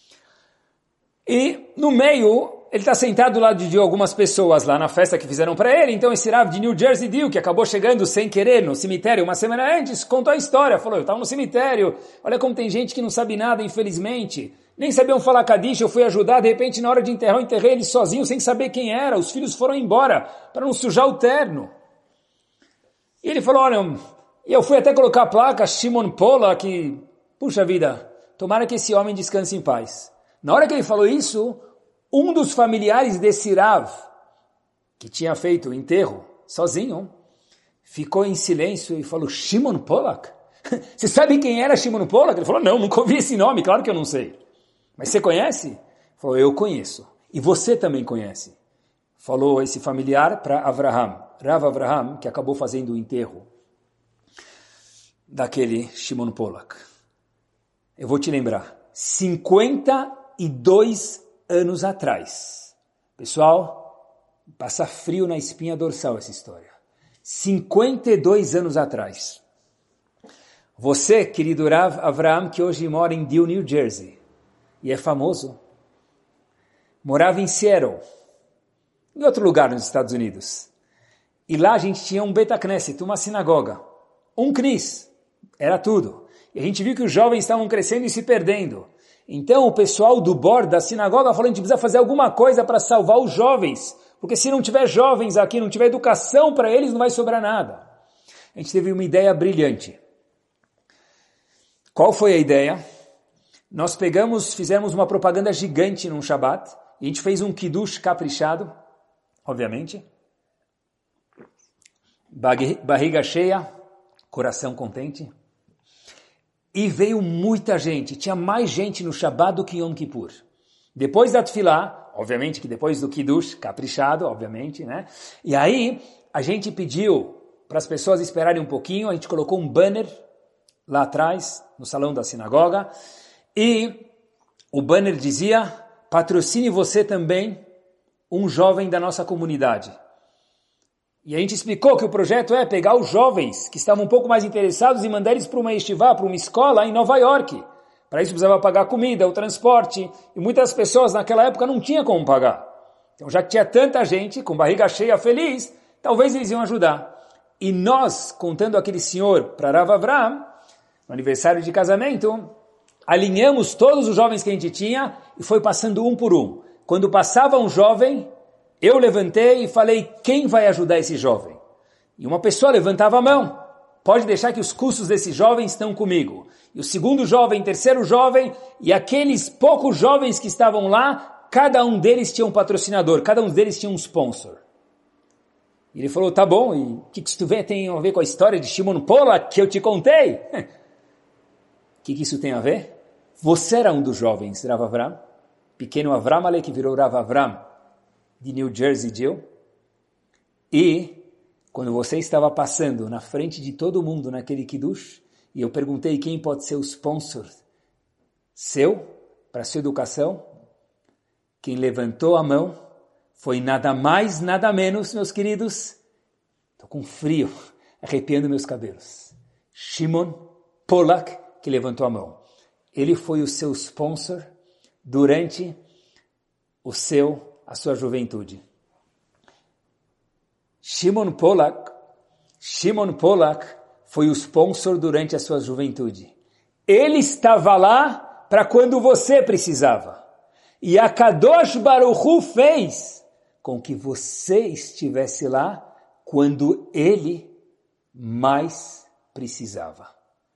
E no meio, ele está sentado do lado de algumas pessoas lá na festa que fizeram para ele, então esse Rav de New Jersey Deal, que acabou chegando sem querer no cemitério uma semana antes, contou a história, falou, eu estava no cemitério, olha como tem gente que não sabe nada, infelizmente, nem sabiam falar Kadish, eu fui ajudar, de repente na hora de enterrar, eu enterrei ele sozinho, sem saber quem era, os filhos foram embora, para não sujar o terno. E ele falou, olha, eu fui até colocar a placa, Shimon Pollack, que, puxa vida, tomara que esse homem descanse em paz. Na hora que ele falou isso, um dos familiares desse Rav, que tinha feito o enterro sozinho, ficou em silêncio e falou, Shimon Pollack? Você sabe quem era Shimon Pollack? Ele falou, não, nunca ouvi esse nome, claro que eu não sei. Mas você conhece? Falou, eu conheço. E você também conhece. Falou esse familiar para Avraham. Rav Avraham, que acabou fazendo o enterro daquele Shimon Pollack. Eu vou te lembrar. cinquenta e dois anos atrás. Pessoal, passa frio na espinha dorsal essa história. cinquenta e dois anos atrás. Você, querido Rav Avraham, que hoje mora em Deal, New Jersey, e é famoso, morava em Seattle, em outro lugar nos Estados Unidos. E lá a gente tinha um Beit HaKnesset, uma sinagoga, um knis, era tudo. E a gente viu que os jovens estavam crescendo e se perdendo. Então o pessoal do board da sinagoga falou, a gente precisa fazer alguma coisa para salvar os jovens, porque se não tiver jovens aqui, não tiver educação para eles, não vai sobrar nada. A gente teve uma ideia brilhante. Qual foi a ideia? Nós pegamos, fizemos uma propaganda gigante num Shabbat, e a gente fez um kiddush caprichado, obviamente, barriga cheia, coração contente, e veio muita gente, tinha mais gente no Shabbat do que em Yom Kippur. Depois da Tefilá, obviamente que depois do kiddush caprichado, obviamente, né? E aí a gente pediu para as pessoas esperarem um pouquinho, a gente colocou um banner lá atrás, no salão da sinagoga, e o banner dizia, patrocine você também um jovem da nossa comunidade. E a gente explicou que o projeto é pegar os jovens que estavam um pouco mais interessados e mandar eles para uma yeshiva, para uma escola em Nova York. Para isso precisava pagar comida, o transporte, e muitas pessoas naquela época não tinham como pagar. Então já que tinha tanta gente com barriga cheia feliz, talvez eles iam ajudar. E nós, contando aquele senhor para Rav Avraham, no aniversário de casamento, alinhamos todos os jovens que a gente tinha e foi passando um por um. Quando passava um jovem, eu levantei e falei, quem vai ajudar esse jovem? E uma pessoa levantava a mão. Pode deixar que os custos desse jovem estão comigo. E o segundo jovem, terceiro jovem, e aqueles poucos jovens que estavam lá, cada um deles tinha um patrocinador, cada um deles tinha um sponsor. E ele falou, tá bom, e o que, que isso tem a ver com a história de Shimon Pollack que eu te contei? O que, que isso tem a ver? Você era um dos jovens, Rav Avraham, pequeno Avram Ale, que virou Rav Avraham, de New Jersey, Jill. E quando você estava passando na frente de todo mundo naquele kiddush, e eu perguntei quem pode ser o sponsor seu, para sua educação, quem levantou a mão foi nada mais, nada menos, meus queridos, estou com frio, arrepiando meus cabelos, Shimon Pollack, que levantou a mão. Ele foi o seu sponsor durante o seu a sua juventude. Shimon Pollack, Shimon Pollack foi o sponsor durante a sua juventude. Ele estava lá para quando você precisava. E a Kadosh Baruch Hu fez com que você estivesse lá quando ele mais precisava.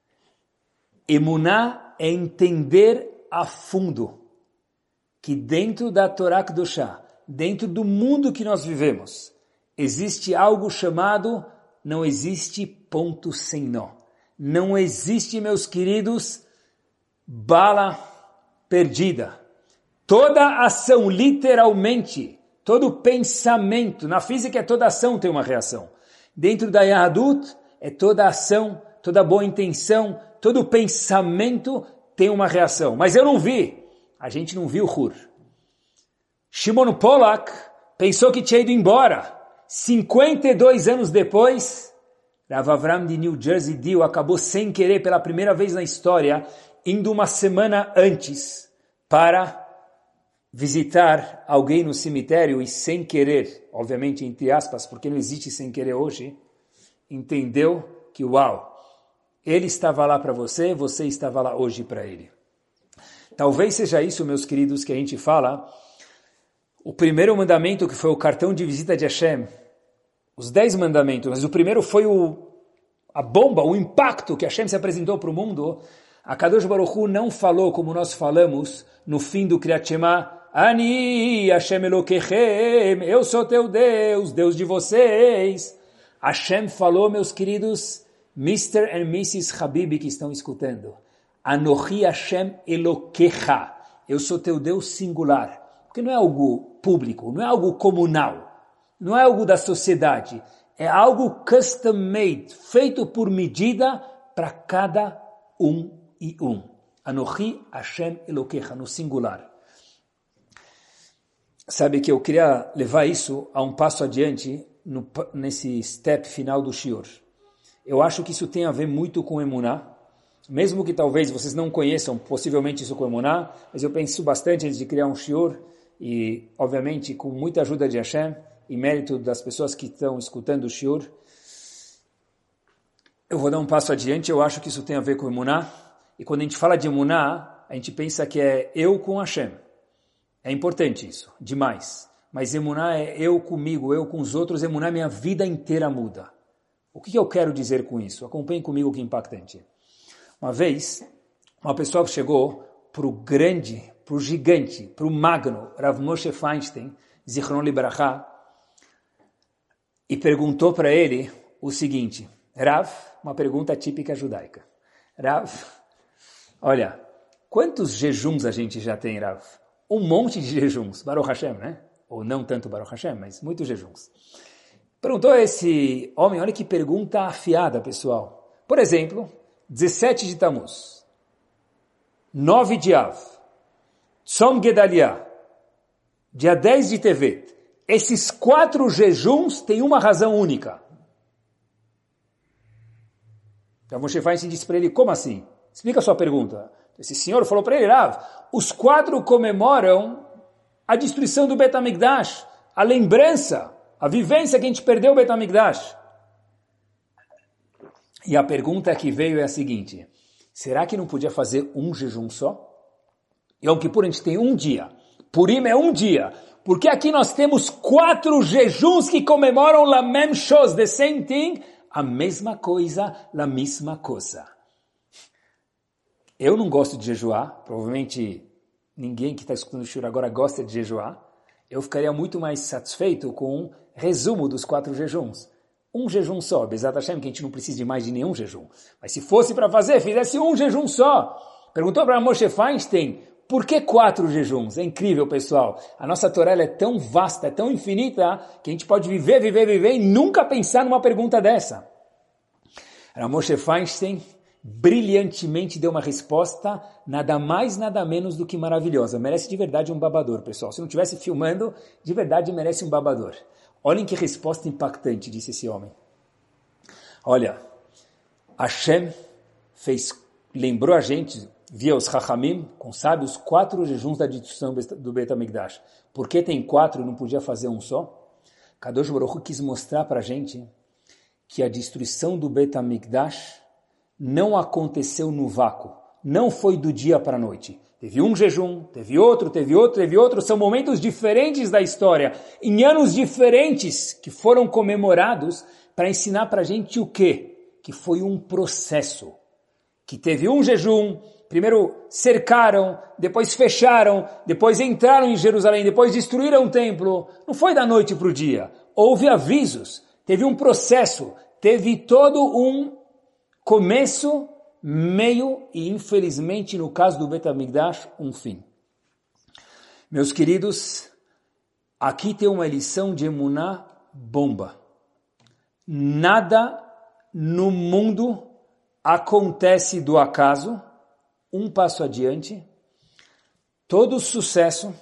Emuná é entender a fundo que dentro da Torá Kedoshá, dentro do mundo que nós vivemos, existe algo chamado, não existe ponto sem nó. Não existe, meus queridos, bala perdida. Toda ação, literalmente, todo pensamento, na física é toda ação tem uma reação. Dentro da Yahadut é toda ação, toda boa intenção, todo pensamento tem uma reação. Mas eu não vi. A gente não viu Hur. Shimon Pollack pensou que tinha ido embora. cinquenta e dois anos depois, Rav Avraham de New Jersey Deal acabou sem querer, pela primeira vez na história, indo uma semana antes para visitar alguém no cemitério e sem querer, obviamente entre aspas, porque não existe sem querer hoje, entendeu que, uau, ele estava lá para você, você estava lá hoje para ele. Talvez seja isso, meus queridos, que a gente fala, o primeiro mandamento que foi o cartão de visita de Hashem, os dez mandamentos, mas o primeiro foi o, a bomba, o impacto que Hashem se apresentou para o mundo. A Kadosh Baruch Hu não falou como nós falamos no fim do Kriyat Shema, Ani Hashem Elokechem, eu sou teu Deus, Deus de vocês. Hashem falou, meus queridos, mister e missus Habibi que estão escutando, Anochi Hashem Elokecha, eu sou teu Deus singular. Porque não é algo público, não é algo comunal, não é algo da sociedade. É algo custom-made, feito por medida para cada um e um. Anochi Hashem Elokecha, no singular. Sabe que eu queria levar isso a um passo adiante no, nesse step final do shiur. Eu acho que isso tem a ver muito com emuná, mesmo que talvez vocês não conheçam possivelmente isso com emuná, mas eu penso bastante antes de criar um shiur e, obviamente, com muita ajuda de Hashem e mérito das pessoas que estão escutando o shiur, eu vou dar um passo adiante. Eu acho que isso tem a ver com emuná, e quando a gente fala de emuná, a gente pensa que é eu com Hashem. É importante isso, demais. Mas emuná é eu comigo, eu com os outros. Emuná, minha vida inteira muda. O que eu quero dizer com isso? Acompanhe comigo o que é impactante. Uma vez, uma pessoa chegou para o grande, para o gigante, para o magno, Rav Moshe Feinstein, Zichron Libraha, e perguntou para ele o seguinte: Rav, uma pergunta típica judaica. Rav, olha, quantos jejuns a gente já tem, Rav? Um monte de jejuns, Baruch Hashem, né? Ou não tanto Baruch Hashem, mas muitos jejuns. Perguntou esse homem, olha que pergunta afiada, pessoal. Por exemplo, dezessete de Tammuz, nove de Av, Tzom Gedalia, dia dez de Tevet. Esses quatro jejuns têm uma razão única. Então Moshe Feinstein disse para ele, como assim? Explica a sua pergunta. Esse senhor falou para ele, Rav, os quatro comemoram a destruição do Bet HaMikdash, a lembrança, a vivência que a gente perdeu o Bet HaMikdash. E a pergunta que veio é a seguinte: será que não podia fazer um jejum só? Yom Kippur a gente tem um dia, Purim é um dia, porque aqui nós temos quatro jejuns que comemoram la même chose, the same thing, a mesma coisa, la mesma coisa. Eu não gosto de jejuar, provavelmente ninguém que está escutando o shiur agora gosta de jejuar. Eu ficaria muito mais satisfeito com um resumo dos quatro jejuns. Um jejum só, Bezat Hashem, que a gente não precisa de mais de nenhum jejum. Mas se fosse para fazer, fizesse um jejum só. Perguntou para Moshe Feinstein, por que quatro jejuns? É incrível, pessoal. A nossa Torá é tão vasta, é tão infinita, que a gente pode viver, viver, viver e nunca pensar numa pergunta dessa. Moshe Feinstein brilhantemente deu uma resposta nada mais, nada menos do que maravilhosa. Merece de verdade um babador, pessoal. Se não estivesse filmando, de verdade merece um babador. Olhem que resposta impactante, disse esse homem. Olha, Hashem fez, lembrou a gente, via os Chachamim, com sábios, quatro jejuns da destruição do Bet HaMikdash. Por que tem quatro e não podia fazer um só? Kadosh Baruch Hu quis mostrar para a gente que a destruição do Bet HaMikdash não aconteceu no vácuo, não foi do dia para a noite. Teve um jejum, teve outro, teve outro, teve outro. São momentos diferentes da história, em anos diferentes que foram comemorados para ensinar para a gente o quê? Que foi um processo. Que teve um jejum, primeiro cercaram, depois fecharam, depois entraram em Jerusalém, depois destruíram o templo. Não foi da noite para o dia. Houve avisos, teve um processo, teve todo um começo, meio e, infelizmente, no caso do Bet HaMikdash, um fim. Meus queridos, aqui tem uma lição de emuná bomba. Nada no mundo acontece do acaso, um passo adiante. Todo sucesso,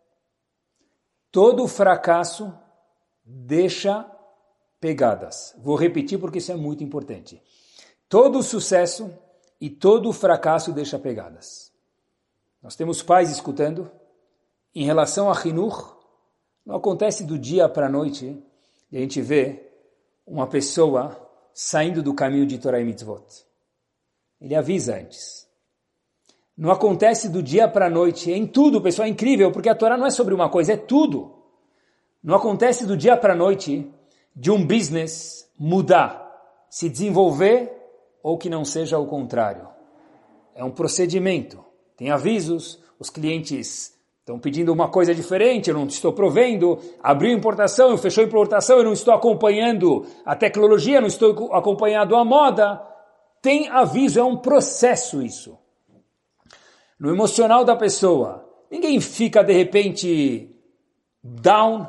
todo fracasso deixa pegadas. Vou repetir porque isso é muito importante. Todo sucesso e todo fracasso deixa pegadas. Nós temos pais escutando. Em relação a Hinuch, não acontece do dia para a noite e a gente vê uma pessoa saindo do caminho de Torah e Mitzvot. Ele avisa antes. Não acontece do dia para a noite. Em tudo, pessoal, é incrível, porque a Torá não é sobre uma coisa, é tudo. Não acontece do dia para a noite de um business mudar, se desenvolver, ou que não seja o contrário. É um procedimento. Tem avisos, os clientes estão pedindo uma coisa diferente, eu não estou provendo, abriu importação, eu fechou importação, eu não estou acompanhando a tecnologia, não estou acompanhando a moda. Tem aviso, é um processo isso. No emocional da pessoa, Ninguém fica, de repente, down,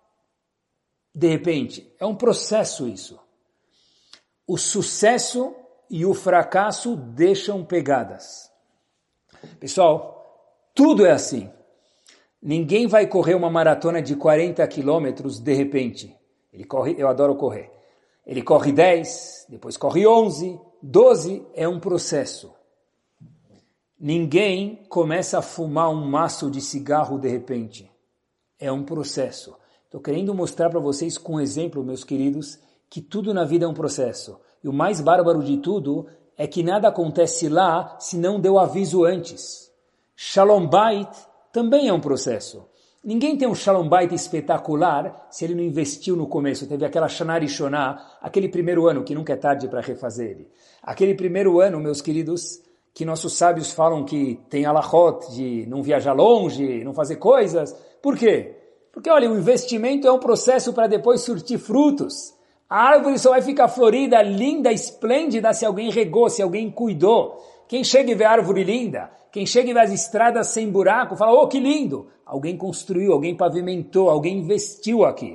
de repente. É um processo isso. O sucesso e o fracasso deixam pegadas. Pessoal, tudo é assim. Ninguém vai correr uma maratona de quarenta quilômetros de repente. Ele corre, eu adoro correr. Ele corre dez, depois corre onze, doze, é um processo. Ninguém começa a fumar um maço de cigarro de repente. É um processo. Estou querendo mostrar para vocês com um exemplo, meus queridos, que tudo na vida é um processo. E o mais bárbaro de tudo é que nada acontece lá se não deu aviso antes. Shalom Bait também é um processo. Ninguém tem um Shalom Bait espetacular se ele não investiu no começo. Teve aquela Shana Rishonah, aquele primeiro ano, que nunca é tarde para refazer ele. Aquele primeiro ano, meus queridos, que nossos sábios falam que tem alachot de não viajar longe, não fazer coisas. Por quê? Porque, olha, o investimento é um processo para depois surtir frutos. A árvore só vai ficar florida, linda, esplêndida se alguém regou, se alguém cuidou. Quem chega e vê a árvore linda, quem chega e vê as estradas sem buraco, fala, oh, que lindo! Alguém construiu, alguém pavimentou, alguém investiu aqui.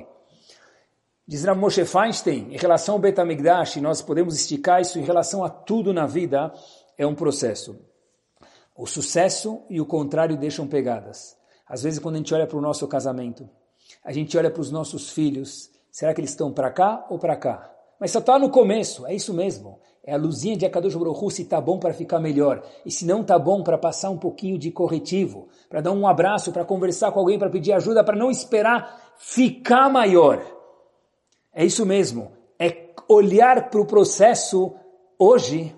Diz Rav Moshe Feinstein, em relação ao Bet HaMikdash, nós podemos esticar isso em relação a tudo na vida, é um processo. O sucesso e o contrário deixam pegadas. Às vezes, quando a gente olha para o nosso casamento, a gente olha para os nossos filhos, será que eles estão para cá ou para cá? Mas só está no começo, é isso mesmo. É a luzinha de Akadosh Baruch Hu se está bom para ficar melhor. E se não está bom, para passar um pouquinho de corretivo, para dar um abraço, para conversar com alguém, para pedir ajuda, para não esperar ficar maior. É isso mesmo. É olhar para o processo hoje,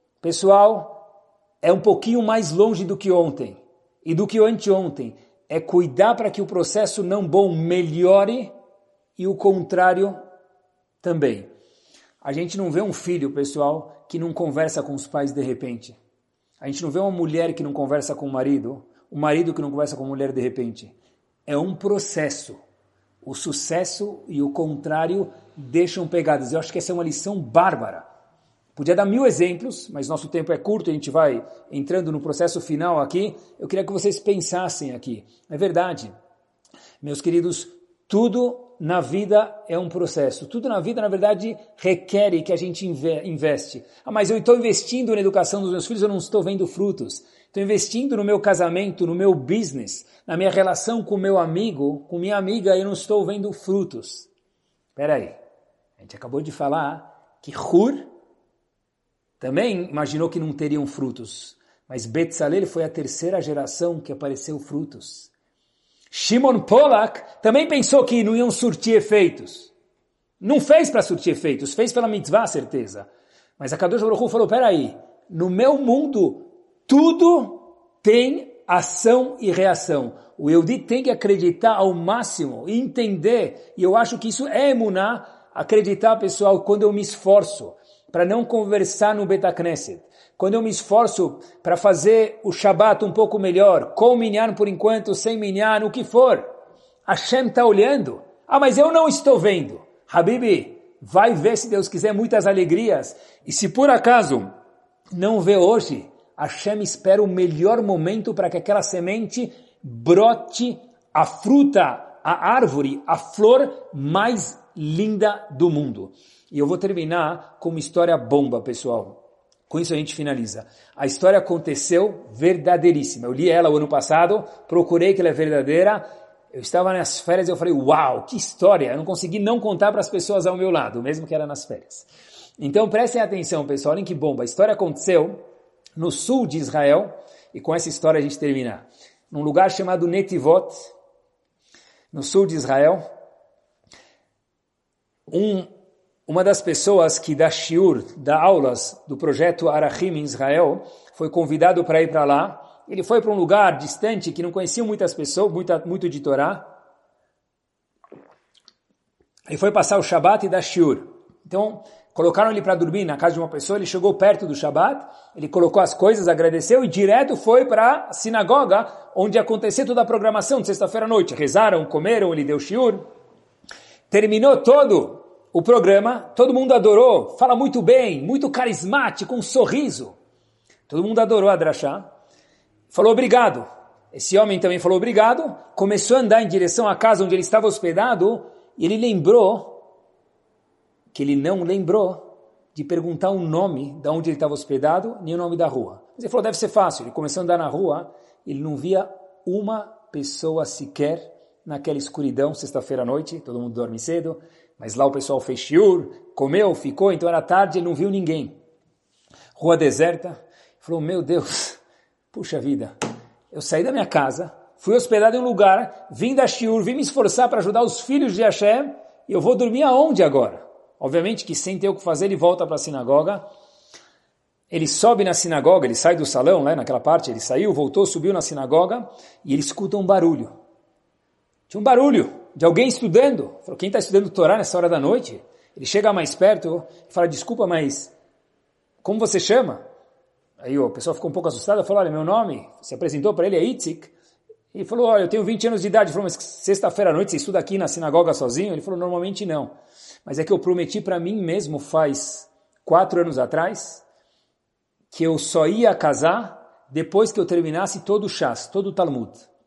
pessoal, é um pouquinho mais longe do que ontem e do que anteontem. É cuidar para que o processo não bom melhore e o contrário também. A gente não vê um filho, pessoal, que não conversa com os pais de repente. A gente não vê uma mulher que não conversa com o marido, um marido que não conversa com a mulher de repente. É um processo. O sucesso e o contrário deixam pegadas. Eu acho que essa é uma lição bárbara. Podia dar mil exemplos, mas nosso tempo é curto, a gente vai entrando no processo final aqui. Eu queria que vocês pensassem aqui. É verdade, meus queridos, tudo na vida é um processo. Tudo na vida, na verdade, requer que a gente investe. Ah, mas eu estou investindo na educação dos meus filhos, eu não estou vendo frutos. Estou investindo no meu casamento, no meu business, na minha relação com o meu amigo, com minha amiga, eu não estou vendo frutos. Espera aí, a gente acabou de falar que Hur também imaginou que não teriam frutos, mas Betzalel foi a terceira geração que apareceu frutos. Shimon Polak também pensou que não iam surtir efeitos. Não fez para surtir efeitos, fez pela mitzvah, certeza. Mas a Kadosh Baruch Hu falou, peraí, no meu mundo tudo tem ação e reação. O Yehudi tem que acreditar ao máximo e entender, e eu acho que isso é emuná, acreditar, pessoal, quando eu me esforço para não conversar no Bet HaKnesset, quando eu me esforço para fazer o Shabat um pouco melhor, com minyan por enquanto, sem minyan, o que for, Hashem está olhando. Ah, mas eu não estou vendo. Habibi, vai ver, se Deus quiser, muitas alegrias. E se por acaso não vê hoje, Hashem espera o melhor momento para que aquela semente brote a fruta, a árvore, a flor mais linda do mundo. E eu vou terminar com uma história bomba, pessoal. Com isso a gente finaliza. A história aconteceu verdadeiríssima. Eu li ela o ano passado, procurei que ela é verdadeira. Eu estava nas férias e eu falei, uau, que história. Eu não consegui não contar para as pessoas ao meu lado, mesmo que era nas férias. Então prestem atenção, pessoal, olhem que bomba. A história aconteceu no sul de Israel, e com essa história a gente termina. Num lugar chamado Netivot, no sul de Israel. Um... Uma das pessoas que dá shiur, dá aulas do projeto Arachim em Israel, foi convidado para ir para lá. Ele foi para um lugar distante que não conhecia muitas pessoas, muita, muito de Torá. Ele foi passar o Shabat e dar shiur. Então, colocaram ele para dormir na casa de uma pessoa, ele chegou perto do Shabat, ele colocou as coisas, agradeceu e direto foi para a sinagoga, onde aconteceu toda a programação de sexta-feira à noite. Rezaram, comeram, ele deu shiur. Terminou todo o programa, todo mundo adorou, fala muito bem, muito carismático, um sorriso. Todo mundo adorou a Drashá. Falou obrigado. Esse homem também falou obrigado, começou a andar em direção à casa onde ele estava hospedado, e ele lembrou que ele não lembrou de perguntar o nome de onde ele estava hospedado, nem o nome da rua. Mas ele falou, deve ser fácil. Ele começou a andar na rua, ele não via uma pessoa sequer naquela escuridão, sexta-feira à noite, todo mundo dorme cedo, mas lá o pessoal fez shiur, comeu, ficou, então era tarde, ele não viu ninguém. Rua deserta, ele falou, meu Deus, puxa vida, eu saí da minha casa, fui hospedado em um lugar, vim da shiur, vim me esforçar para ajudar os filhos de Hashem, e eu vou dormir aonde agora? Obviamente que sem ter o que fazer, ele volta para a sinagoga, ele sobe na sinagoga, ele sai do salão, né, naquela parte, ele saiu, voltou, subiu na sinagoga, e ele escuta um barulho. Tinha um barulho de alguém estudando. Falou, quem está estudando Torá nessa hora da noite? Ele chega mais perto e fala, desculpa, mas como você chama? Aí a pessoa ficou um pouco assustada, falou, olha, meu nome, se apresentou para ele, é Itzik. Ele falou, olha, eu tenho vinte anos de idade. Ele falou, mas sexta-feira à noite você estuda aqui na sinagoga sozinho? Ele falou, normalmente não. Mas é que eu prometi para mim mesmo faz quatro anos atrás que eu só ia casar depois que eu terminasse todo o Shas, todo o Talmud.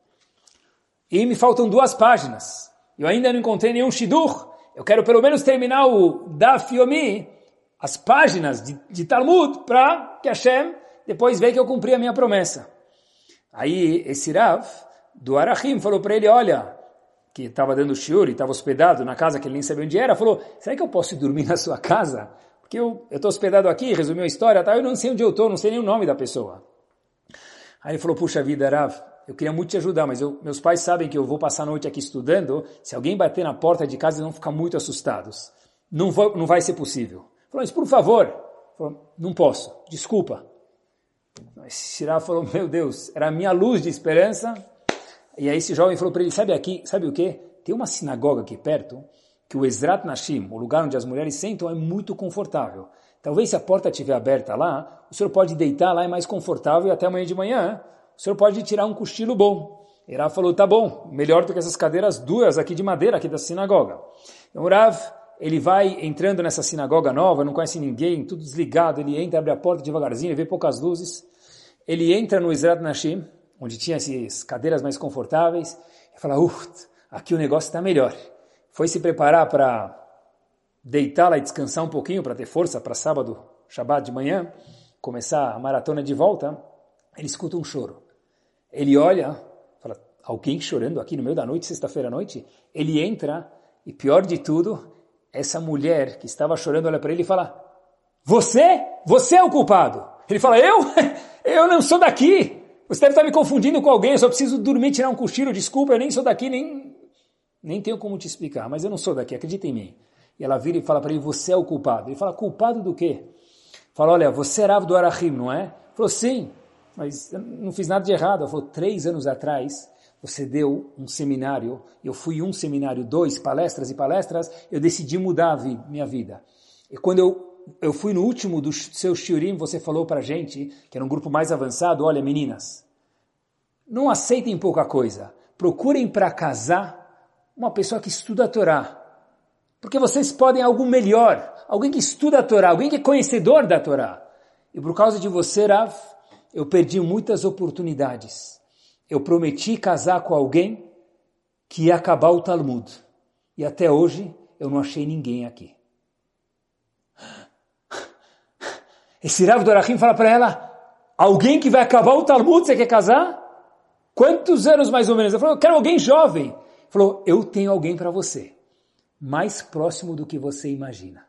E me faltam duas páginas. Eu ainda não encontrei nenhum Shidur. Eu quero pelo menos terminar o Daf Yomi, as páginas de, de Talmud, para que Hashem depois veja que eu cumpri a minha promessa. Aí esse Rav do Arachim falou para ele, olha, que estava dando shiur e estava hospedado na casa que ele nem sabia onde era, falou, será que eu posso ir dormir na sua casa? Porque eu estou hospedado aqui, resumiu a história, tá? Eu não sei onde eu estou, não sei nem o nome da pessoa. Aí ele falou, puxa vida, Rav, eu queria muito te ajudar, mas eu, meus pais sabem que eu vou passar a noite aqui estudando, se alguém bater na porta de casa, eles vão ficar muito assustados. Não, vou, não vai ser possível. Ele falou, mas por favor. Ele falou, não posso, desculpa. Esse Rav falou, meu Deus, era a minha luz de esperança. E aí esse jovem falou para ele, sabe aqui, sabe o quê? Tem uma sinagoga aqui perto, que o Ezrat Nashim, o lugar onde as mulheres sentam, é muito confortável. Talvez se a porta estiver aberta lá, o senhor pode deitar lá, é mais confortável, e até amanhã de manhã, o senhor pode tirar um cochilo bom. E Rav falou, tá bom, melhor do que essas cadeiras duras aqui de madeira, aqui da sinagoga. Então o Rav, ele vai entrando nessa sinagoga nova, não conhece ninguém, tudo desligado, ele entra, abre a porta devagarzinho, vê poucas luzes. Ele entra no Ezrat Nashim, onde tinha essas cadeiras mais confortáveis, e fala, uff, aqui o negócio está melhor. Foi se preparar para deitar lá e descansar um pouquinho, para ter força para sábado, Shabbat de manhã, começar a maratona de volta. Ele escuta um choro. Ele olha, fala, alguém chorando aqui no meio da noite, sexta-feira à noite? Ele entra, e pior de tudo, essa mulher que estava chorando olha para ele e fala, você? Você é o culpado. Ele fala, eu? Eu não sou daqui. Você deve estar me confundindo com alguém, eu só preciso dormir, tirar um cochilo, desculpa, eu nem sou daqui, nem, nem tenho como te explicar, mas eu não sou daqui, acredita em mim. E ela vira e fala para ele, você é o culpado. Ele fala, culpado do quê? Fala, olha, você é Rav do Arachim, não é? Ele falou, sim, mas eu não fiz nada de errado. Ela falou, três anos atrás, você deu um seminário, eu fui um seminário, dois, palestras e palestras, eu decidi mudar a vi- minha vida. E quando eu eu fui no último dos seus shiurim, você falou para a gente, que era um grupo mais avançado, olha meninas, não aceitem pouca coisa, procurem para casar uma pessoa que estuda a Torá, porque vocês podem algo melhor, alguém que estuda a Torá, alguém que é conhecedor da Torá. E por causa de você, Rav, eu perdi muitas oportunidades. Eu prometi casar com alguém que ia acabar o Talmud, e até hoje eu não achei ninguém aqui. Esse Rav do Arachim fala para ela, alguém que vai acabar o Talmud, você quer casar? Quantos anos mais ou menos? Ela falou, eu quero alguém jovem. Ele falou, eu tenho alguém para você, mais próximo do que você imagina.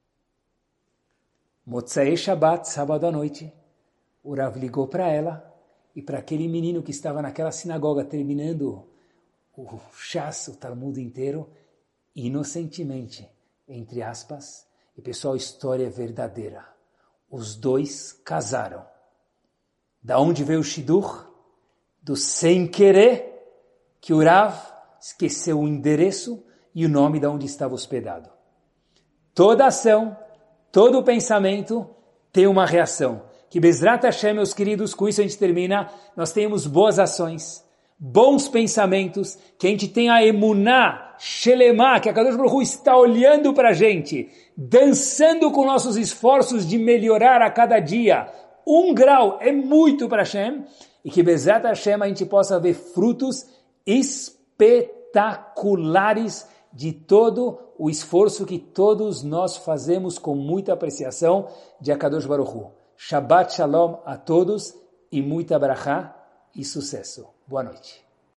Motzei Shabbat, sábado à noite, o Rav ligou para ela e para aquele menino que estava naquela sinagoga terminando o Shas, o Talmud inteiro, inocentemente, entre aspas, e pessoal, a história é verdadeira. Os dois casaram. Da onde veio o Shidur? Do sem querer, que o Rav esqueceu o endereço e o nome de onde estava hospedado. Toda ação, todo pensamento tem uma reação. Que Bezrat Hashem, meus queridos, com isso a gente termina, nós temos boas ações, bons pensamentos, que a gente tem a emuná, shelemá, que a Kadosh Baruch Hu está olhando para a gente, dançando com nossos esforços de melhorar a cada dia. Um grau é muito para Hashem. e que Bezrat Hashem a gente possa ver frutos espetaculares de todo o esforço que todos nós fazemos com muita apreciação de Akadosh Baruch Hu. Shabbat Shalom a todos e muita brachá e sucesso. Boa noite.